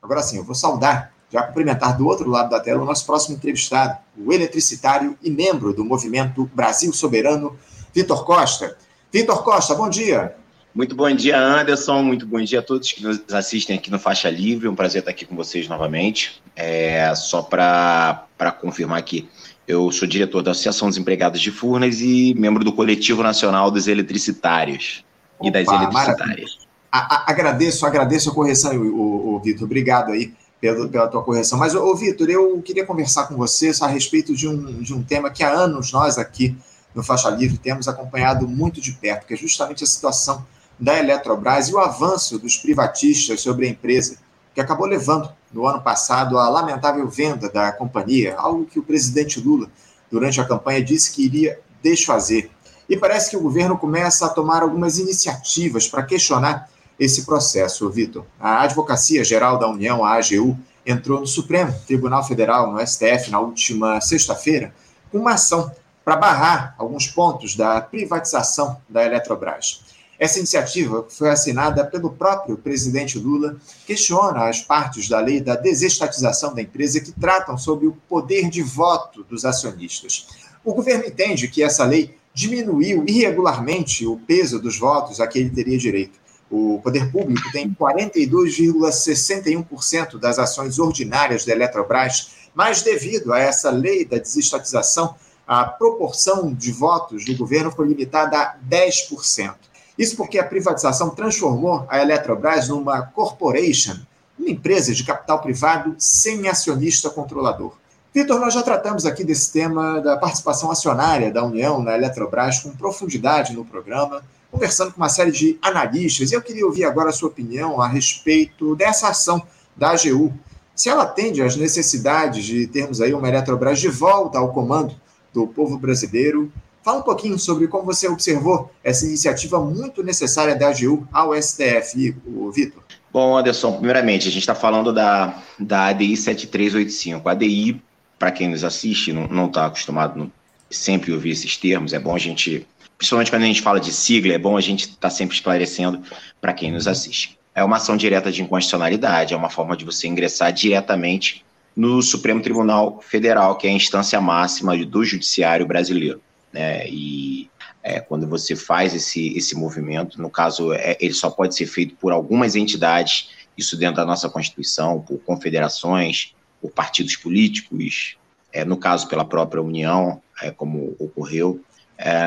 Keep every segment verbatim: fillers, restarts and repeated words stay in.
Agora sim, eu vou saudar, já cumprimentar do outro lado da tela o nosso próximo entrevistado, o eletricitário e membro do movimento Brasil Soberano, Vitor Costa. Vitor Costa, bom dia. Muito bom dia, Anderson. Muito bom dia a todos que nos assistem aqui no Faixa Livre. Um prazer estar aqui com vocês novamente. É, só para confirmar aqui, eu sou diretor da Associação dos Empregados de Furnas e membro do Coletivo Nacional dos Eletricitários e Opa, das Eletricitárias. A, a, agradeço, agradeço a correção, o, o Vitor. Obrigado aí pela, pela tua correção. Mas, ô, Vitor, eu queria conversar com você a respeito de um, de um tema que há anos nós aqui no Faixa Livre temos acompanhado muito de perto, que é justamente a situação da Eletrobras e o avanço dos privatistas sobre a empresa, que acabou levando, no ano passado, a lamentável venda da companhia, algo que o presidente Lula, durante a campanha, disse que iria desfazer. E parece que o governo começa a tomar algumas iniciativas para questionar esse processo, Vitor. A Advocacia Geral da União, a A G U, entrou no Supremo Tribunal Federal, no S T F, na última sexta-feira, com uma ação para barrar alguns pontos da privatização da Eletrobras. Essa iniciativa foi assinada pelo próprio presidente Lula, questiona as partes da lei da desestatização da empresa que tratam sobre o poder de voto dos acionistas. O governo entende que essa lei diminuiu irregularmente o peso dos votos a que ele teria direito. O poder público tem quarenta e dois vírgula sessenta e um por cento das ações ordinárias da Eletrobras, mas devido a essa lei da desestatização, a proporção de votos do governo foi limitada a dez por cento. Isso porque a privatização transformou a Eletrobras numa corporation, uma empresa de capital privado sem acionista controlador. Vitor, nós já tratamos aqui desse tema da participação acionária da União na Eletrobras com profundidade no programa, conversando com uma série de analistas, e eu queria ouvir agora a sua opinião a respeito dessa ação da A G U. Se ela atende às necessidades de termos aí uma Eletrobras de volta ao comando do povo brasileiro. Fala um pouquinho sobre como você observou essa iniciativa muito necessária da A G U ao S T F, Vitor. Bom, Anderson, primeiramente, a gente está falando da, da A D I sete três oito cinco. A A D I, para quem nos assiste, não está acostumado não, sempre a ouvir esses termos, é bom a gente, principalmente quando a gente fala de sigla, é bom a gente estar tá sempre esclarecendo para quem nos assiste. É uma ação direta de inconstitucionalidade, é uma forma de você ingressar diretamente no Supremo Tribunal Federal, que é a instância máxima do judiciário brasileiro. Né, e é, quando você faz esse, esse movimento, no caso, é, ele só pode ser feito por algumas entidades, isso dentro da nossa Constituição, por confederações, por partidos políticos, é, no caso pela própria União, é, como ocorreu, é,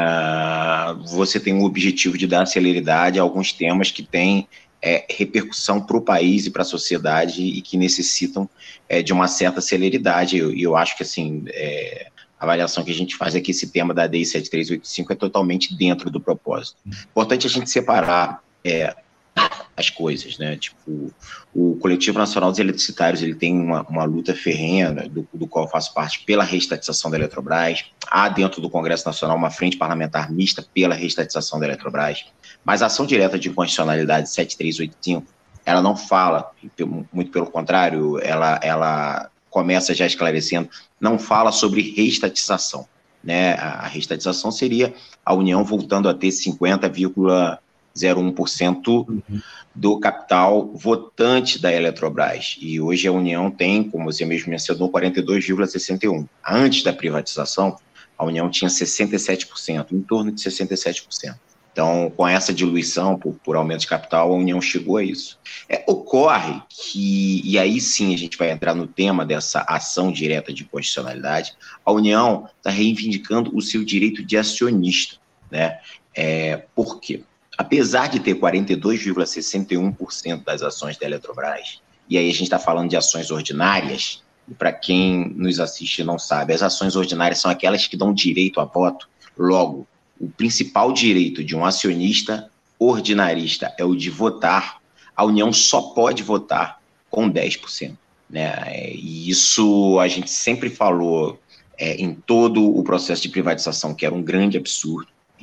você tem o objetivo de dar celeridade a alguns temas que têm é, repercussão para o país e para a sociedade e que necessitam é, de uma certa celeridade. E eu, eu acho que, assim, é, a avaliação que a gente faz é que esse tema da A D I sete três oito cinco é totalmente dentro do propósito. Importante a gente separar é, as coisas, né? Tipo, o Coletivo Nacional dos Eletricitários, ele tem uma, uma luta ferrenha, né, do, do qual eu faço parte, pela reestatização da Eletrobras. Há dentro do Congresso Nacional uma frente parlamentar mista pela reestatização da Eletrobras. Mas a ação direta de inconstitucionalidade sete três oito cinco, ela não fala, muito pelo contrário, ela... ela começa já esclarecendo, não fala sobre reestatização. Né? A reestatização seria a União voltando a ter cinquenta vírgula zero um por cento uhum. do capital votante da Eletrobras. E hoje a União tem, como você mesmo mencionou, quarenta e dois vírgula sessenta e um por cento. Antes da privatização, a União tinha sessenta e sete por cento, em torno de sessenta e sete por cento. Então, com essa diluição por, por aumento de capital, a União chegou a isso. É, ocorre que, e aí sim a gente vai entrar no tema dessa ação direta de constitucionalidade, a União está reivindicando o seu direito de acionista. Né? É, por quê? Apesar de ter quarenta e dois vírgula sessenta e um por cento das ações da Eletrobras, e aí a gente está falando de ações ordinárias, e para quem nos assiste e não sabe, as ações ordinárias são aquelas que dão direito a voto. Logo, o principal direito de um acionista ordinarista é o de votar. A União só pode votar com dez por cento. Né? E isso a gente sempre falou é, em todo o processo de privatização, que era um grande absurdo,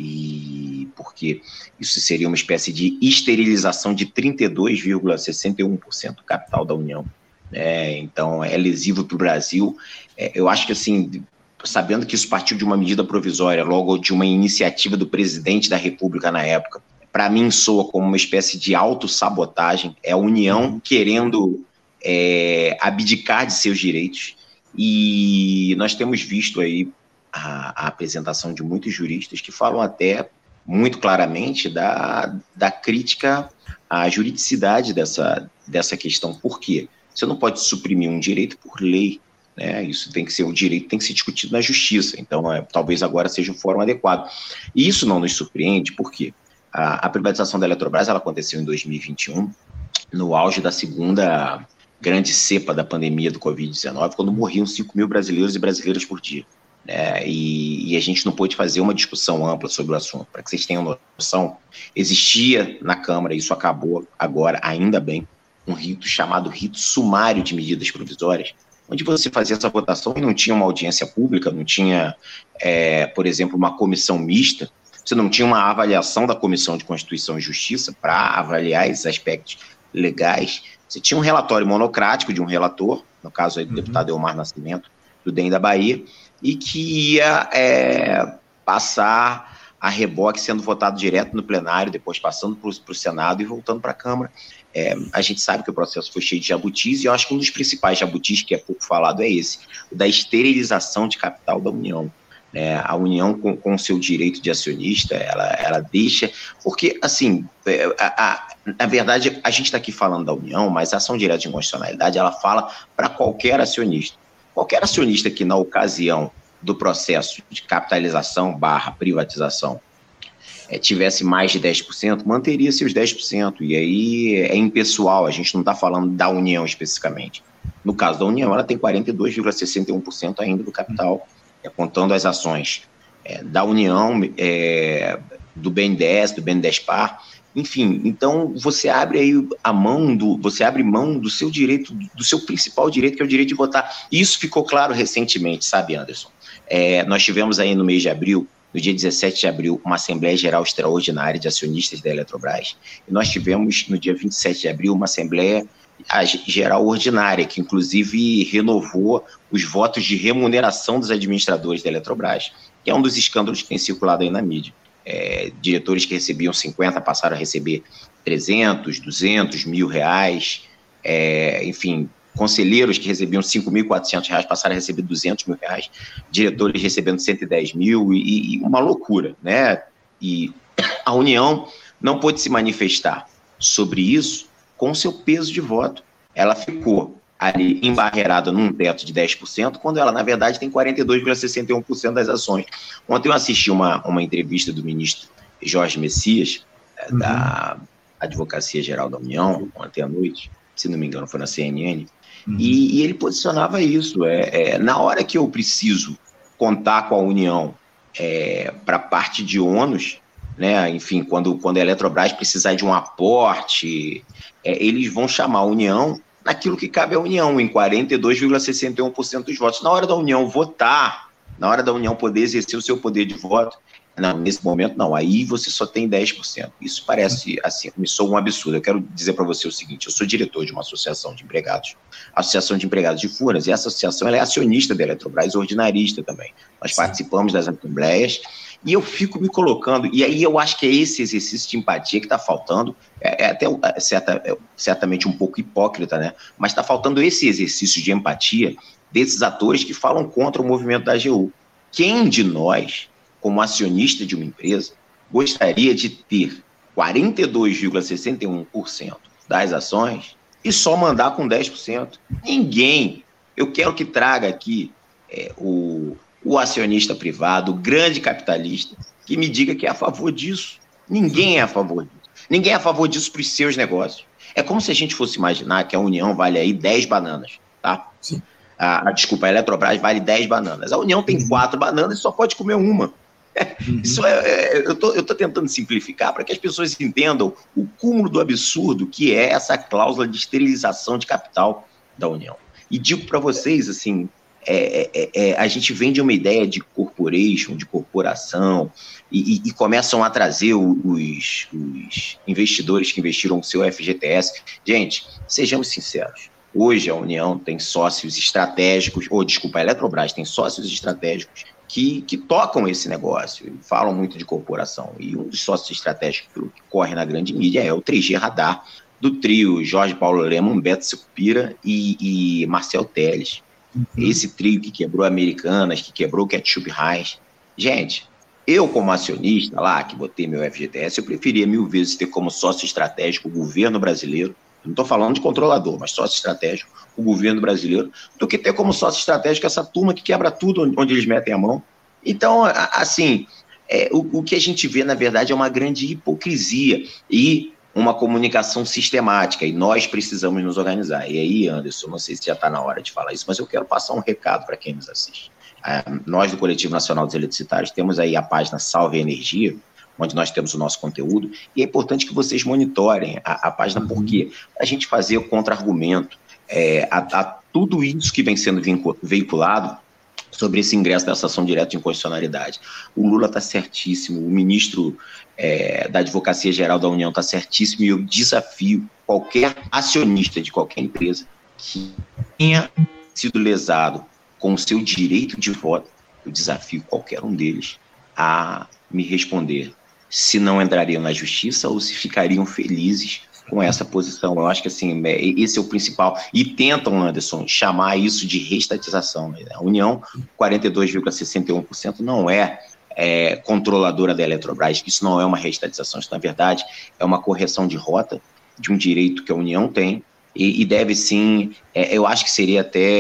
e porque isso seria uma espécie de esterilização de trinta e dois vírgula sessenta e um por cento do capital da União. É, então, é lesivo para o Brasil. É, eu acho que, assim, sabendo que isso partiu de uma medida provisória, logo de uma iniciativa do presidente da República na época, para mim soa como uma espécie de autossabotagem, é a União querendo é, abdicar de seus direitos. E nós temos visto aí a, a apresentação de muitos juristas que falam até muito claramente da, da crítica à juridicidade dessa, dessa questão. Por quê? Você não pode suprimir um direito por lei, né? Isso tem que ser, o direito tem que ser discutido na justiça. Então, é, talvez agora seja o fórum adequado. E isso não nos surpreende, por quê? A, a privatização da Eletrobras ela aconteceu em dois mil e vinte e um, no auge da segunda grande cepa da pandemia do covid dezenove, quando morriam cinco mil brasileiros e brasileiras por dia. Né? E, e a gente não pôde fazer uma discussão ampla sobre o assunto. Para que vocês tenham noção, existia na Câmara, isso acabou agora, ainda bem, um rito chamado rito sumário de medidas provisórias, onde você fazia essa votação e não tinha uma audiência pública, não tinha, é, por exemplo, uma comissão mista, você não tinha uma avaliação da Comissão de Constituição e Justiça para avaliar esses aspectos legais. Você tinha um relatório monocrático de um relator, no caso aí do uhum. deputado Elmar Nascimento, do D E M da Bahia, e que ia é, passar a reboque sendo votado direto no plenário, depois passando para o Senado e voltando para a Câmara. É, a gente sabe que o processo foi cheio de jabutis, e eu acho que um dos principais jabutis, que é pouco falado, é esse, o da esterilização de capital da União. É, a União, com, com o seu direito de acionista, ela, ela deixa... Porque, assim, a, a, na verdade, a gente está aqui falando da União, mas a ação direta de inconstitucionalidade, ela fala para qualquer acionista. Qualquer acionista que, na ocasião do processo de capitalização barra privatização, é, tivesse mais de dez por cento, manteria seus dez por cento. E aí é impessoal, a gente não está falando da União especificamente. No caso da União, ela tem quarenta e dois vírgula sessenta e um por cento ainda do capital, é, contando as ações é, da União, é, do B N D E S, do B N D E S Par, enfim. Então você abre aí a mão do, você abre mão do seu direito, do seu principal direito, que é o direito de votar. Isso ficou claro recentemente, sabe, Anderson? É, nós tivemos aí no mês de abril, no dia dezessete de abril, uma Assembleia Geral Extraordinária de Acionistas da Eletrobras, e nós tivemos no dia vinte e sete de abril uma Assembleia Geral Ordinária, que inclusive renovou os votos de remuneração dos administradores da Eletrobras, que é um dos escândalos que tem circulado aí na mídia. É, diretores que recebiam cinquenta passaram a receber trezentos, duzentos, mil reais, é, enfim, conselheiros que recebiam cinco mil e quatrocentos reais passaram a receber duzentos mil reais, diretores recebendo cento e dez mil, e, e uma loucura, né? E a União não pôde se manifestar sobre isso com seu peso de voto. Ela ficou ali embarreirada num teto de dez por cento, quando ela, na verdade, tem quarenta e dois vírgula sessenta e um por cento das ações. Ontem eu assisti uma, uma entrevista do ministro Jorge Messias, uhum. da Advocacia Geral da União, ontem à noite, se não me engano foi na C N N, uhum. e, e ele posicionava isso. É, é, na hora que eu preciso contar com a União é, para a parte de ônus, né, enfim, quando, quando a Eletrobras precisar de um aporte, é, eles vão chamar a União naquilo que cabe à União, em quarenta e dois vírgula sessenta e um por cento dos votos. Na hora da União votar, na hora da União poder exercer o seu poder de voto, não, nesse momento não, aí você só tem dez por cento. Isso parece, assim, me soa um absurdo. Eu quero dizer para você o seguinte: eu sou diretor de uma associação de empregados, Associação de Empregados de Furnas, e essa associação ela é acionista da Eletrobras, ordinarista também. Nós Sim. participamos das assembleias, e eu fico me colocando, e aí eu acho que é esse exercício de empatia que está faltando, é, é até é, certa, é, certamente um pouco hipócrita, né? Mas está faltando esse exercício de empatia desses atores que falam contra o movimento da A G U. Quem de nós, como acionista de uma empresa, gostaria de ter quarenta e dois vírgula sessenta e um por cento das ações e só mandar com dez por cento? Ninguém. Eu quero que traga aqui é, o... o acionista privado, o grande capitalista, que me diga que é a favor disso. Ninguém é a favor disso. Ninguém é a favor disso para os seus negócios. É como se a gente fosse imaginar que a União vale aí dez bananas, tá? Sim. A, a, desculpa, a Eletrobras vale dez bananas. A União tem quatro bananas e só pode comer uma. Uhum. Isso é, é, eu tô, eu tô tentando simplificar para que as pessoas entendam o cúmulo do absurdo que é essa cláusula de esterilização de capital da União. E digo para vocês, assim, É, é, é, a gente vem de uma ideia de corporation, de corporação, e, e, e começam a trazer os, os investidores que investiram no seu F G T S. Gente, sejamos sinceros, hoje a União tem sócios estratégicos, ou desculpa, a Eletrobras tem sócios estratégicos que, que tocam esse negócio, falam muito de corporação, e um dos sócios estratégicos que corre na grande mídia é o três G Radar, do trio Jorge Paulo Lemann, Beto Sicupira e, e Marcel Telles. Uhum. Esse trio que quebrou Americanas, que quebrou Ketchup Heinz. Gente, eu como acionista lá, que botei meu F G T S, eu preferia mil vezes ter como sócio estratégico o governo brasileiro, não estou falando de controlador, mas sócio estratégico o governo brasileiro, do que ter como sócio estratégico essa turma que quebra tudo onde eles metem a mão. Então, assim, é, o, o que a gente vê, na verdade, é uma grande hipocrisia e uma comunicação sistemática, e nós precisamos nos organizar. E aí, Anderson, não sei se já está na hora de falar isso, mas eu quero passar um recado para quem nos assiste. É, nós, do Coletivo Nacional dos Eletricitários, temos aí a página Salve Energia, onde nós temos o nosso conteúdo, e é importante que vocês monitorem a, a página, porque a gente fazer o contra-argumento é, a, a tudo isso que vem sendo veiculado sobre esse ingresso dessa ação direta de inconstitucionalidade. O Lula está certíssimo, o ministro é, da Advocacia Geral da União está certíssimo, e eu desafio qualquer acionista de qualquer empresa que tenha sido lesado com o seu direito de voto, eu desafio qualquer um deles a me responder se não entrariam na justiça ou se ficariam felizes com essa posição. Eu acho que assim, esse é o principal. E tentam, Anderson, chamar isso de reestatização. A União, quarenta e dois vírgula sessenta e um por cento, não é, é controladora da Eletrobras. Isso não é uma reestatização. Isso, na verdade, é uma correção de rota de um direito que a União tem e, e deve sim, é, eu acho que seria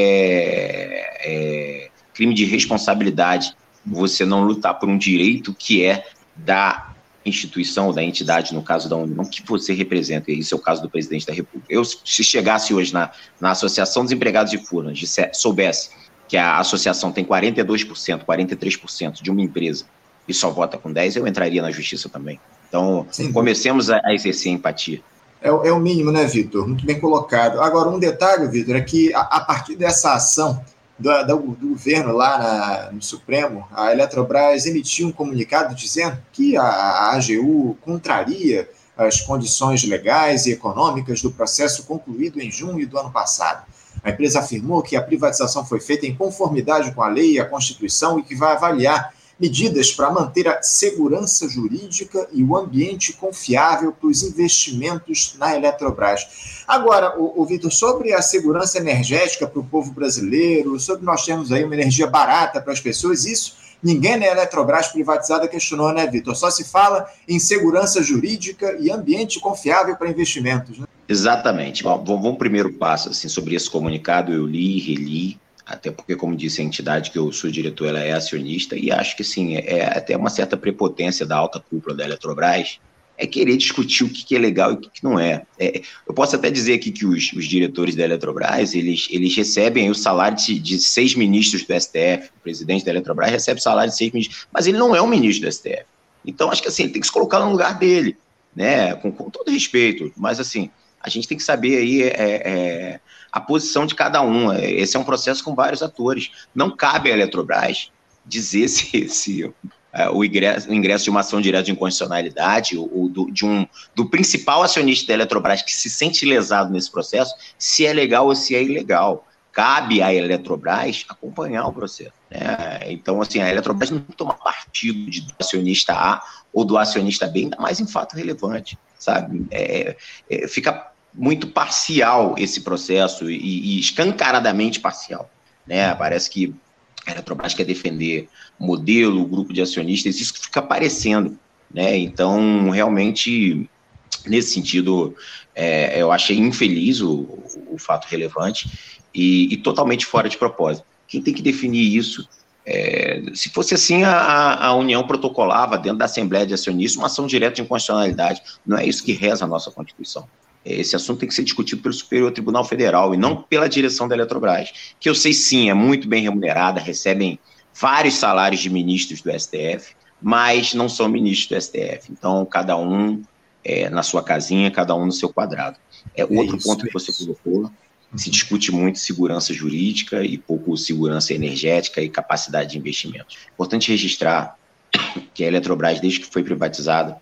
até é, crime de responsabilidade você não lutar por um direito que é da instituição, da entidade, no caso da União, que você representa. Esse é o caso do presidente da República. Eu, se chegasse hoje na, na Associação dos Empregados de Furnas, soubesse que a associação tem quarenta e dois por cento, quarenta e três por cento de uma empresa e só vota com dez por cento, eu entraria na justiça também. Então, sim, comecemos a, a exercer empatia. É, é o mínimo, né, Vitor? Muito bem colocado. Agora, um detalhe, Vitor, é que a, a partir dessa ação Do, do, do governo lá na, no Supremo, a Eletrobras emitiu um comunicado dizendo que a, a AGU contraria as condições legais e econômicas do processo concluído em junho do ano passado. A empresa afirmou que a privatização foi feita em conformidade com a lei e a Constituição e que vai avaliar medidas para manter a segurança jurídica e o ambiente confiável para os investimentos na Eletrobras. Agora, o, o Vitor, sobre a segurança energética para o povo brasileiro, sobre nós termos aí uma energia barata para as pessoas, isso ninguém na Eletrobras privatizada questionou, né, Vitor? Só se fala em segurança jurídica e ambiente confiável para investimentos, né? Exatamente. Bom, vamos ao primeiro passo, assim, sobre esse comunicado, eu li e reli, até porque, como disse, a entidade que eu sou diretor, ela é acionista, e acho que, sim, é até uma certa prepotência da alta cúpula da Eletrobras, é querer discutir o que é legal e o que não é. é eu posso até dizer aqui que os, os diretores da Eletrobras, eles, eles recebem o salário de, de seis ministros do S T F, o presidente da Eletrobras recebe o salário de seis ministros, mas ele não é um ministro do S T F. Então, acho que, assim, ele tem que se colocar no lugar dele, né, com, com todo respeito, mas, assim, a gente tem que saber aí é, é, a posição de cada um. Esse é um processo com vários atores. Não cabe à Eletrobras dizer se, se é, o, ingresso, o ingresso de uma ação direta de inconstitucionalidade ou do, de um, do principal acionista da Eletrobras que se sente lesado nesse processo, se é legal ou se é ilegal. Cabe à Eletrobras acompanhar o processo, né? Então, assim, a Eletrobras não toma partido de, do acionista A ou do acionista B, ainda mais em fato relevante, sabe? É, é, fica muito parcial esse processo e, e escancaradamente parcial, né? Parece que a Eletrobras quer defender modelo, grupo de acionistas, isso fica aparecendo, né? Então, realmente, nesse sentido, é, eu achei infeliz o, o fato relevante e, e totalmente fora de propósito. Quem tem que definir isso? É, se fosse assim, a, a União protocolava dentro da Assembleia de Acionistas uma ação direta de inconstitucionalidade. Não é isso que reza a nossa Constituição. Esse assunto tem que ser discutido pelo Superior Tribunal Federal e não pela direção da Eletrobras, que eu sei sim, é muito bem remunerada, recebem vários salários de ministros do S T F, mas não são ministros do S T F. Então, cada um é, na sua casinha, cada um no seu quadrado. É, é outro isso, ponto é que você colocou, se discute muito segurança jurídica e pouco segurança energética e capacidade de investimento. Importante registrar que a Eletrobras, desde que foi privatizada,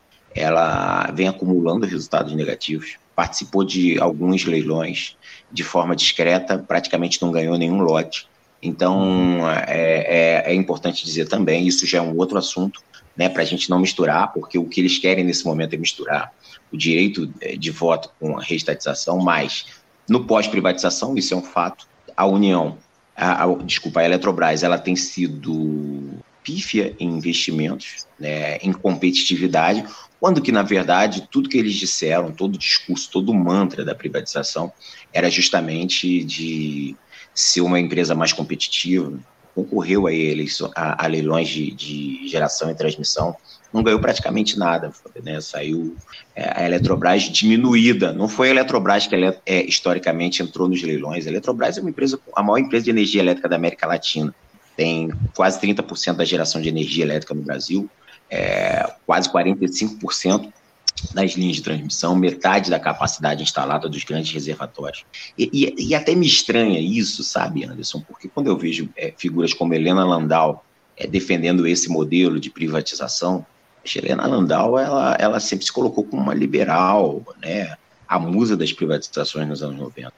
ela vem acumulando resultados negativos, participou de alguns leilões de forma discreta, praticamente não ganhou nenhum lote. Então, é, é, é importante dizer também, isso já é um outro assunto, né, para a gente não misturar, porque o que eles querem nesse momento é misturar o direito de voto com a reestatização, mas no pós-privatização, isso é um fato, a União, a, a, desculpa, a Eletrobras, ela tem sido pífia em investimentos, né, em competitividade, quando que, na verdade, tudo que eles disseram, todo o discurso, todo o mantra da privatização era justamente de ser uma empresa mais competitiva, concorreu a eles a, a leilões de, de geração e transmissão, não ganhou praticamente nada, né? Saiu é, a Eletrobras diminuída, não foi a Eletrobras que ela, é, historicamente entrou nos leilões, a Eletrobras é uma empresa, a maior empresa de energia elétrica da América Latina, tem quase trinta por cento da geração de energia elétrica no Brasil, é, quase quarenta e cinco por cento das linhas de transmissão, metade da capacidade instalada dos grandes reservatórios. E, e, e até me estranha isso, sabe, Anderson? Porque quando eu vejo é, figuras como Helena Landau é, defendendo esse modelo de privatização, a Helena Landau ela, ela sempre se colocou como uma liberal, né? A musa das privatizações nos anos noventa.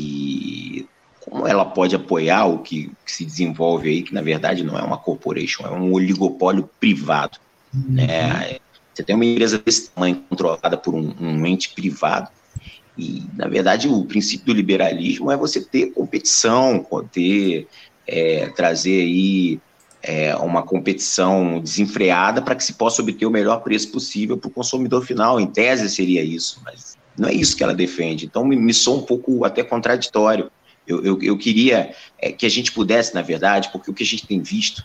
E como ela pode apoiar o que, que se desenvolve aí, que na verdade não é uma corporation, é um oligopólio privado, uhum. né? Você tem uma empresa desse tamanho controlada por um, um ente privado e, na verdade, o princípio do liberalismo é você ter competição, ter, é, trazer aí é, uma competição desenfreada para que se possa obter o melhor preço possível para o consumidor final. Em tese seria isso, mas não é isso que ela defende. Então, me, me soa um pouco até contraditório. Eu, eu, eu queria é, que a gente pudesse, na verdade, porque o que a gente tem visto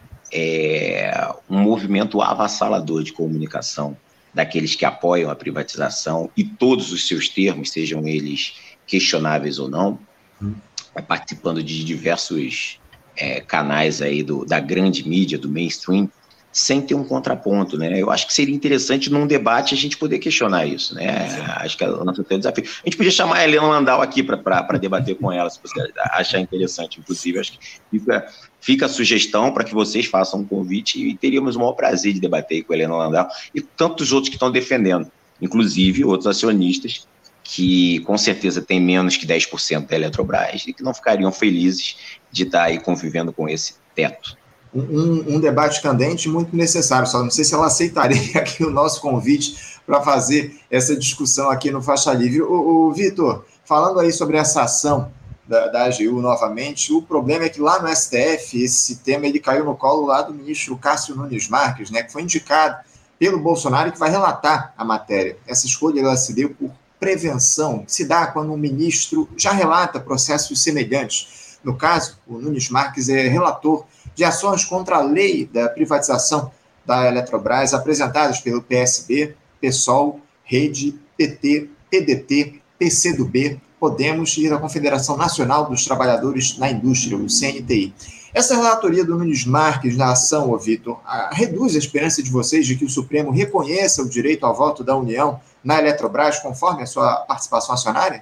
é um movimento avassalador de comunicação daqueles que apoiam a privatização e todos os seus termos, sejam eles questionáveis ou não, hum. participando de diversos é, canais aí do, da grande mídia, do mainstream, sem ter um contraponto, né? Eu acho que seria interessante num debate a gente poder questionar isso, né? Sim. Acho que é o nosso desafio. A gente podia chamar a Helena Landau aqui para debater com ela, se você achar interessante, inclusive. Acho que fica, fica a sugestão para que vocês façam um convite e teríamos o maior prazer de debater com a Helena Landau e tantos outros que estão defendendo, inclusive outros acionistas que com certeza têm menos que dez por cento da Eletrobras e que não ficariam felizes de estar aí convivendo com esse teto. Um, um debate candente muito necessário, só não sei se ela aceitaria aqui o nosso convite para fazer essa discussão aqui no Faixa Livre. O, o Vitor, falando aí sobre essa ação da, da A G U novamente, o problema é que lá no S T F esse tema ele caiu no colo lá do ministro Cássio Nunes Marques, né, que foi indicado pelo Bolsonaro e que vai relatar a matéria. Essa escolha ela se deu por prevenção, que se dá quando um ministro já relata processos semelhantes. No caso, o Nunes Marques é relator de ações contra a lei da privatização da Eletrobras, apresentadas pelo P S B, PSOL, Rede, P T, P D T, P C do B, Podemos e da Confederação Nacional dos Trabalhadores na Indústria, o C N T I. Essa relatoria do Nunes Marques na ação, ô Vitor, reduz a esperança de vocês de que o Supremo reconheça o direito ao voto da União na Eletrobras conforme a sua participação acionária?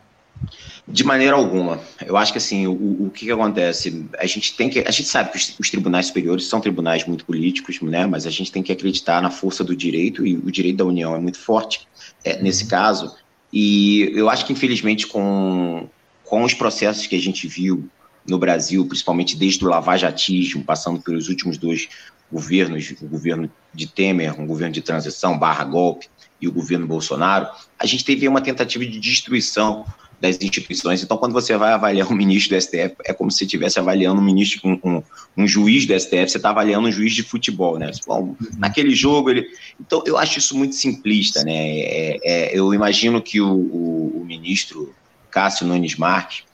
De maneira alguma. Eu acho que assim, o, o que, que acontece? A gente tem que, a gente sabe que os, os tribunais superiores são tribunais muito políticos, né? Mas a gente tem que acreditar na força do direito e o direito da União é muito forte é, nesse caso. E eu acho que infelizmente com, com os processos que a gente viu no Brasil, principalmente desde o lavajatismo, passando pelos últimos dois governos, o governo de Temer, um governo de transição barra golpe e o governo Bolsonaro, a gente teve uma tentativa de destruição das instituições. Então, quando você vai avaliar um ministro do S T F, é como se você estivesse avaliando um ministro, um, um, um juiz do S T F, você está avaliando um juiz de futebol, né? Bom, naquele jogo, ele... Então, eu acho isso muito simplista, né? É, é, eu imagino que o, o, o ministro Cássio Nunes Marques,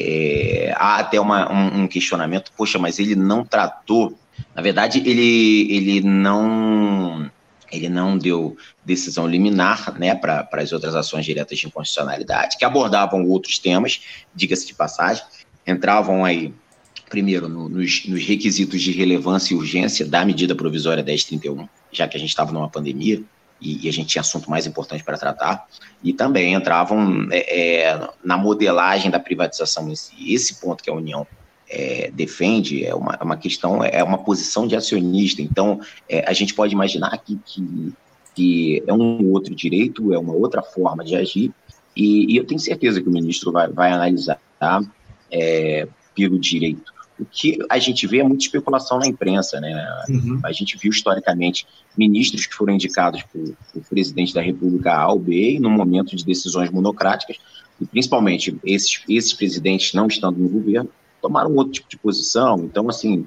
é, há até uma, um, um questionamento, poxa, mas ele não tratou, na verdade, ele, ele não... ele não deu decisão liminar, né, para as outras ações diretas de inconstitucionalidade, que abordavam outros temas, diga-se de passagem, entravam aí, primeiro, no, nos, nos requisitos de relevância e urgência da medida provisória dez trinta e um, já que a gente estava numa pandemia e, e a gente tinha assunto mais importante para tratar, e também entravam é, é, na modelagem da privatização em si. Esse ponto que a União É, defende, é uma, uma questão, é uma posição de acionista, então é, a gente pode imaginar que, que, que é um outro direito, é uma outra forma de agir, e, e eu tenho certeza que o ministro vai, vai analisar tá, é, pelo direito o que a gente vê é muita especulação na imprensa, né? Uhum. A gente viu historicamente ministros que foram indicados por, por presidente da República A ou B, e no momento de decisões monocráticas, e principalmente esses, esses presidentes não estando no governo, tomaram outro tipo de posição. Então, assim,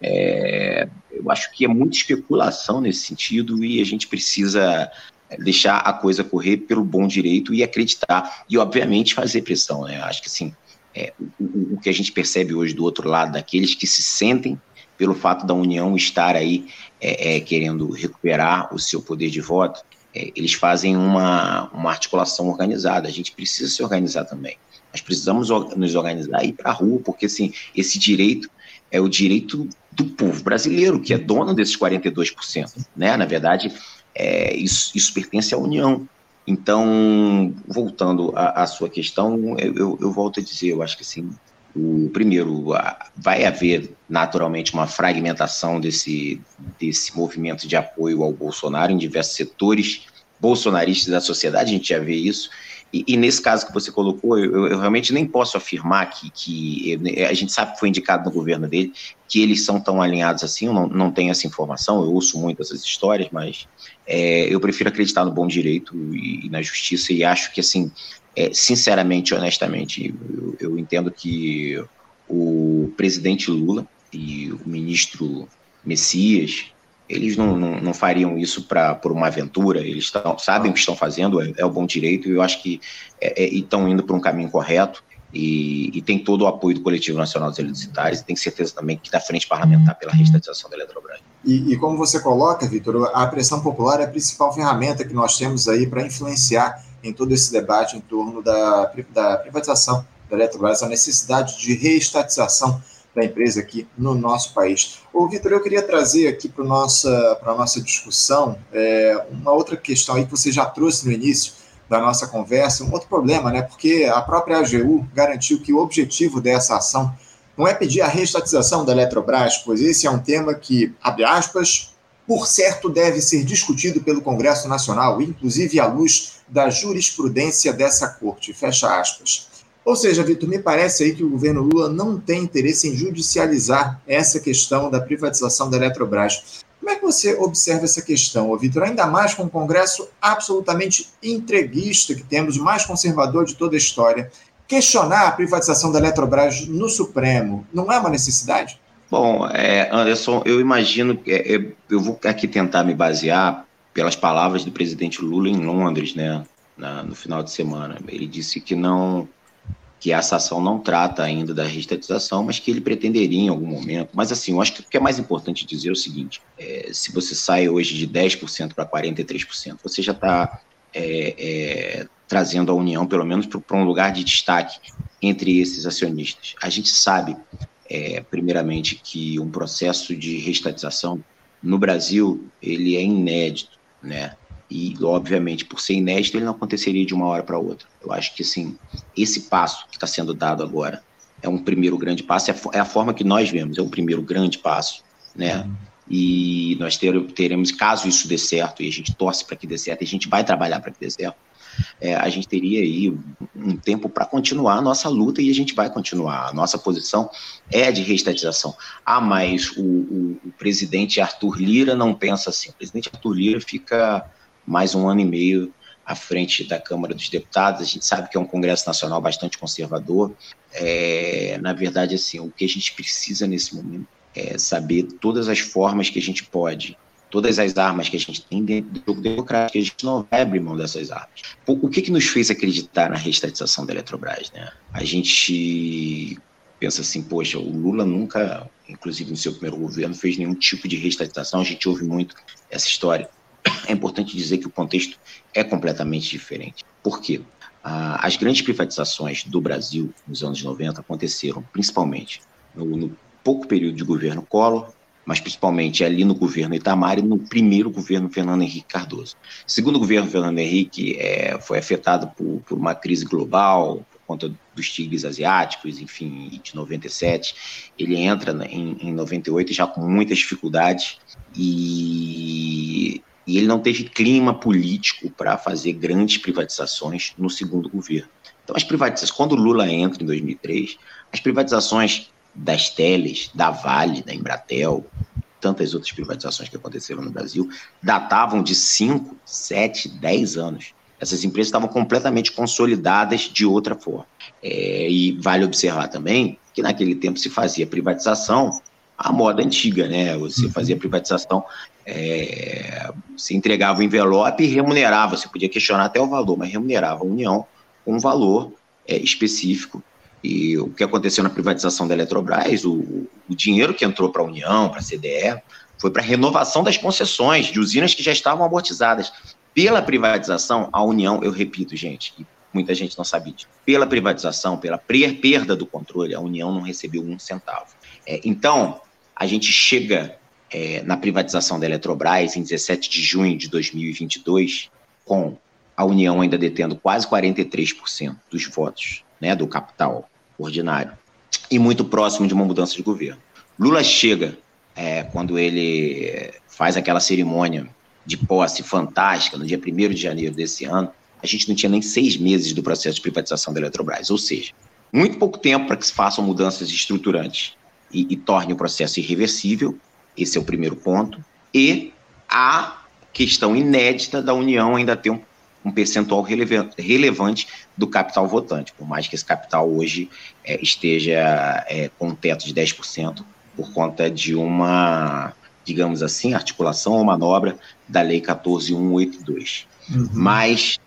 é, eu acho que é muita especulação nesse sentido e a gente precisa deixar a coisa correr pelo bom direito e acreditar, e obviamente fazer pressão, né? Acho que assim, é, o, o que a gente percebe hoje do outro lado, daqueles que se sentem pelo fato da União estar aí é, é, querendo recuperar o seu poder de voto, é, eles fazem uma, uma articulação organizada. A gente precisa se organizar também. Nós precisamos nos organizar e ir para a rua, porque assim, esse direito é o direito do povo brasileiro, que é dono desses quarenta e dois por cento, né? Na verdade, é, isso, isso pertence à União. Então, voltando à, à sua questão, eu, eu, eu volto a dizer, eu acho que assim, o primeiro, a, vai haver naturalmente uma fragmentação desse, desse movimento de apoio ao Bolsonaro em diversos setores bolsonaristas da sociedade, a gente já vê isso. E, e nesse caso que você colocou, eu, eu realmente nem posso afirmar que, que a gente sabe que foi indicado no governo dele, que eles são tão alinhados assim, eu não, não tenho essa informação, eu ouço muito essas histórias, mas é, eu prefiro acreditar no bom direito e, e na justiça, e acho que, assim, é, sinceramente, honestamente, eu, eu entendo que o presidente Lula e o ministro Messias, eles não, não, não fariam isso pra, por uma aventura, eles tão, sabem o que estão fazendo, é, é o bom direito, e eu acho que é, é, estão indo para um caminho correto, e, e tem todo o apoio do Coletivo Nacional dos Eletricitários, e tem certeza também que da frente parlamentar pela reestatização da Eletrobras. E, e como você coloca, Vitor, a pressão popular é a principal ferramenta que nós temos aí para influenciar em todo esse debate em torno da, da privatização da Eletrobras, a necessidade de reestatização da empresa aqui no nosso país. Ô, Vitor, eu queria trazer aqui para a nossa, para a nossa discussão é, uma outra questão aí que você já trouxe no início da nossa conversa, um outro problema, né? Porque a própria A G U garantiu que o objetivo dessa ação não é pedir a reestatização da Eletrobras, pois esse é um tema que, abre aspas, por certo deve ser discutido pelo Congresso Nacional, inclusive à luz da jurisprudência dessa corte, fecha aspas. Ou seja, Vitor, me parece aí que o governo Lula não tem interesse em judicializar essa questão da privatização da Eletrobras. Como é que você observa essa questão, Vitor? Ainda mais com um Congresso absolutamente entreguista que temos, o mais conservador de toda a história. Questionar a privatização da Eletrobras no Supremo não é uma necessidade? Bom, é, Anderson, eu imagino, é, eu vou aqui tentar me basear pelas palavras do presidente Lula em Londres, né, na, no final de semana. Ele disse que não... que essa ação não trata ainda da reestatização, mas que ele pretenderia em algum momento. Mas, assim, eu acho que o que é mais importante dizer é o seguinte, é, se você sai hoje de dez por cento para quarenta e três por cento, você já está é, é, trazendo a União, pelo menos, para um lugar de destaque entre esses acionistas. A gente sabe, é, primeiramente, que um processo de reestatização no Brasil, ele é inédito, né? E, obviamente, por ser inédito, ele não aconteceria de uma hora para outra. Eu acho que, assim, esse passo que está sendo dado agora é um primeiro grande passo, é a forma que nós vemos, é um primeiro grande passo, né? Uhum. E nós ter, teremos, caso isso dê certo, e a gente torce para que dê certo, e a gente vai trabalhar para que dê certo, é, a gente teria aí um tempo para continuar a nossa luta, e a gente vai continuar. A nossa posição é de reestatização. Ah, mas o, o, o presidente Arthur Lira não pensa assim. O presidente Arthur Lira fica mais um ano e meio à frente da Câmara dos Deputados. A gente sabe que é um Congresso Nacional bastante conservador. É, na verdade, assim, o que a gente precisa nesse momento é saber todas as formas que a gente pode, todas as armas que a gente tem dentro do jogo democrático, a gente não vai abrir mão dessas armas. O que que nos fez acreditar na reestatização da Eletrobras, né? A gente pensa assim, poxa, o Lula nunca, inclusive no seu primeiro governo, fez nenhum tipo de reestatização, a gente ouve muito essa história. É importante dizer que o contexto é completamente diferente. Por quê? Ah, as grandes privatizações do Brasil nos anos noventa aconteceram principalmente no, no pouco período de governo Collor, mas principalmente ali no governo Itamar e no primeiro governo Fernando Henrique Cardoso. O segundo governo Fernando Henrique é, foi afetado por, por uma crise global, por conta dos tigres asiáticos, enfim, de noventa e sete. Ele entra em, em noventa e oito já com muitas dificuldades e... E ele não teve clima político para fazer grandes privatizações no segundo governo. Então, as privatizações, quando o Lula entra em dois mil e três, as privatizações das Teles, da Vale, da Embratel, tantas outras privatizações que aconteceram no Brasil, datavam de cinco, sete, dez anos. Essas empresas estavam completamente consolidadas de outra forma. É, e vale observar também que naquele tempo se fazia privatização à moda antiga, né? Você fazia privatização, é, se entregava o envelope e remunerava, você podia questionar até o valor, mas remunerava a União com um valor é, específico. E o que aconteceu na privatização da Eletrobras, o, o dinheiro que entrou para a União, para a C D E, foi para a renovação das concessões de usinas que já estavam amortizadas. Pela privatização, a União, eu repito, gente, e muita gente não sabia disso, pela privatização, pela perda do controle, a União não recebeu um centavo. É, então, a gente chega é, na privatização da Eletrobras em dezessete de junho de dois mil e vinte e dois, com a União ainda detendo quase quarenta e três por cento dos votos, né, do capital ordinário, e muito próximo de uma mudança de governo. Lula chega, é, quando ele faz aquela cerimônia de posse fantástica, no dia primeiro de janeiro desse ano, a gente não tinha nem seis meses do processo de privatização da Eletrobras, ou seja, muito pouco tempo para que se façam mudanças estruturantes e, e torne o processo irreversível, esse é o primeiro ponto, e a questão inédita da União ainda ter um, um percentual relevante, relevante do capital votante, por mais que esse capital hoje é, esteja é, com um teto de dez por cento por conta de uma, digamos assim, articulação ou manobra da Lei quatorze mil cento e oitenta e dois. Uhum. Mas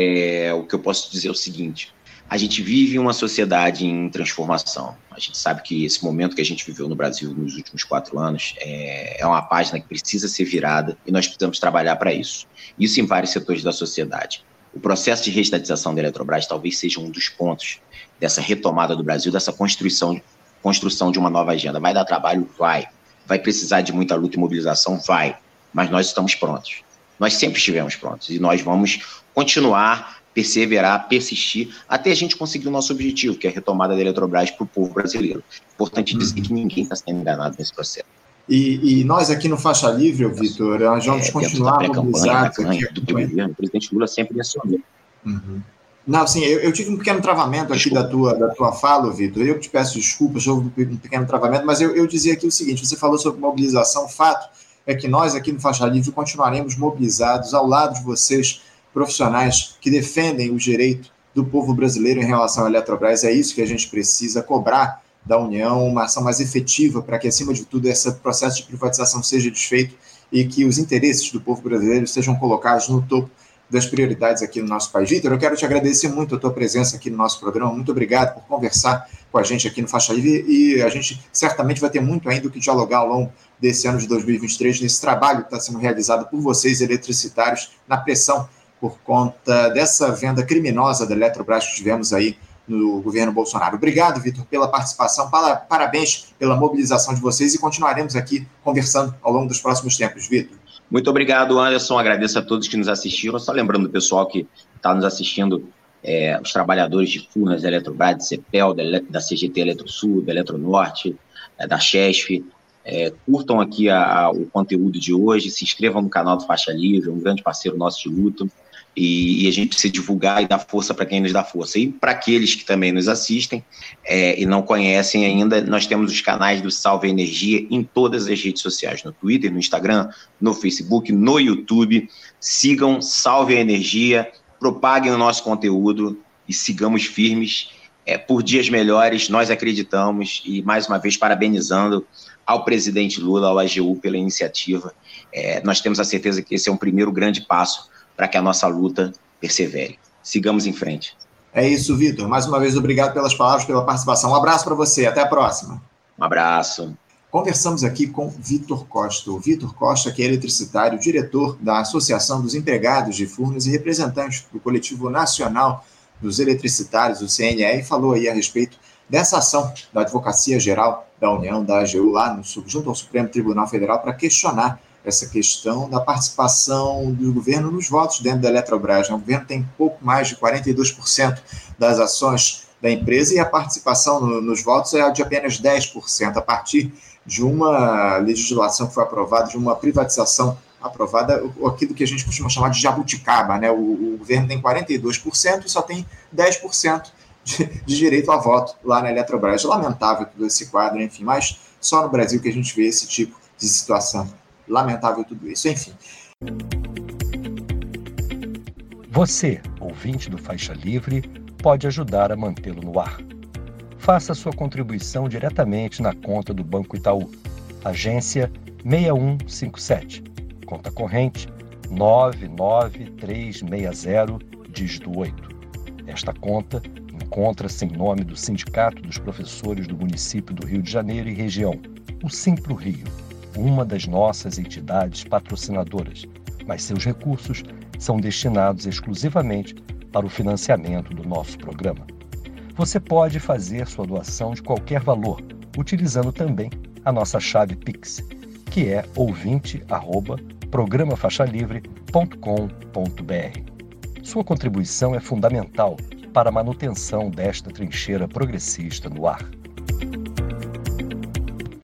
é, o que eu posso dizer é o seguinte: a gente vive uma sociedade em transformação. A gente sabe que esse momento que a gente viveu no Brasil nos últimos quatro anos é, é uma página que precisa ser virada e nós precisamos trabalhar para isso. Isso em vários setores da sociedade. O processo de reestatização da Eletrobras talvez seja um dos pontos dessa retomada do Brasil, dessa construção, construção de uma nova agenda. Vai dar trabalho? Vai. Vai precisar de muita luta e mobilização? Vai. Mas nós estamos prontos. Nós sempre estivemos prontos e nós vamos continuar, perseverar, persistir, até a gente conseguir o nosso objetivo, que é a retomada da Eletrobras para o povo brasileiro. Importante dizer uhum. que ninguém está sendo enganado nesse processo. E, e nós aqui no Faixa Livre, Vitor, nós vamos é, continuar mobilizados aqui. Do governo, o presidente Lula sempre mencionou. Uhum. Não, assim, eu, eu tive um pequeno travamento aqui da tua, da tua fala, Vitor. Eu te peço desculpas, houve um pequeno travamento, mas eu, eu dizia aqui o seguinte: você falou sobre mobilização, o fato é que nós aqui no Faixa Livre continuaremos mobilizados ao lado de vocês, profissionais que defendem o direito do povo brasileiro em relação à Eletrobras. É isso que a gente precisa cobrar da União, uma ação mais efetiva para que, acima de tudo, esse processo de privatização seja desfeito e que os interesses do povo brasileiro sejam colocados no topo das prioridades aqui no nosso país. Vitor, eu quero te agradecer muito a tua presença aqui no nosso programa. Muito obrigado por conversar com a gente aqui no Faixa Livre e a gente certamente vai ter muito ainda o que dialogar ao longo desse ano de dois mil e vinte e três, nesse trabalho que está sendo realizado por vocês, eletricitários, na pressão por conta dessa venda criminosa da Eletrobras que tivemos aí no governo Bolsonaro. Obrigado, Vitor, pela participação, parabéns pela mobilização de vocês e continuaremos aqui conversando ao longo dos próximos tempos, Vitor. Muito obrigado, Anderson, agradeço a todos que nos assistiram, só lembrando o pessoal que está nos assistindo, é, os trabalhadores de Furnas, da Eletrobras, da CEPEL, da, da C G T Eletrosul, da Eletronorte, é, da Chesf, é, curtam aqui a, a, o conteúdo de hoje, se inscrevam no canal do Faixa Livre, um grande parceiro nosso de luta. E, e a gente precisa divulgar e dar força para quem nos dá força. E para aqueles que também nos assistem é, e não conhecem ainda, nós temos os canais do Salve Energia em todas as redes sociais, no Twitter, no Instagram, no Facebook, no YouTube. Sigam Salve Energia, propaguem o nosso conteúdo e sigamos firmes é, por dias melhores, nós acreditamos. E mais uma vez parabenizando ao presidente Lula, ao A G U pela iniciativa. É, nós temos a certeza que esse é um primeiro grande passo para que a nossa luta persevere. Sigamos em frente. É isso, Vitor. Mais uma vez, obrigado pelas palavras, pela participação. Um abraço para você. Até a próxima. Um abraço. Conversamos aqui com Vitor Costa. O Vitor Costa, que é eletricitário, diretor da Associação dos Empregados de Furnas e representante do Coletivo Nacional dos Eletricitários, o C N E, e falou aí a respeito dessa ação da Advocacia Geral da União, da A G U, lá no, junto ao Supremo Tribunal Federal, para questionar essa questão da participação do governo nos votos dentro da Eletrobras. O governo tem pouco mais de quarenta e dois por cento das ações da empresa e a participação no, nos votos é de apenas dez por cento, a partir de uma legislação que foi aprovada, de uma privatização aprovada, aquilo que a gente costuma chamar de jabuticaba, né? O, o governo tem quarenta e dois por cento e só tem dez por cento de, de direito a voto lá na Eletrobras. Lamentável todo esse quadro, enfim, mas só no Brasil que a gente vê esse tipo de situação. Lamentável tudo isso, enfim. Você, ouvinte do Faixa Livre, pode ajudar a mantê-lo no ar. Faça sua contribuição diretamente na conta do Banco Itaú, agência seis um cinco sete, conta corrente nove nove três seis zero, dígito oito. Esta conta encontra-se em nome do Sindicato dos Professores do Município do Rio de Janeiro e Região, o Simpro Rio, uma das nossas entidades patrocinadoras, mas seus recursos são destinados exclusivamente para o financiamento do nosso programa. Você pode fazer sua doação de qualquer valor, utilizando também a nossa chave Pix, que é ouvinte arroba programa faixa livre ponto com ponto br. Sua contribuição é fundamental para a manutenção desta trincheira progressista no ar.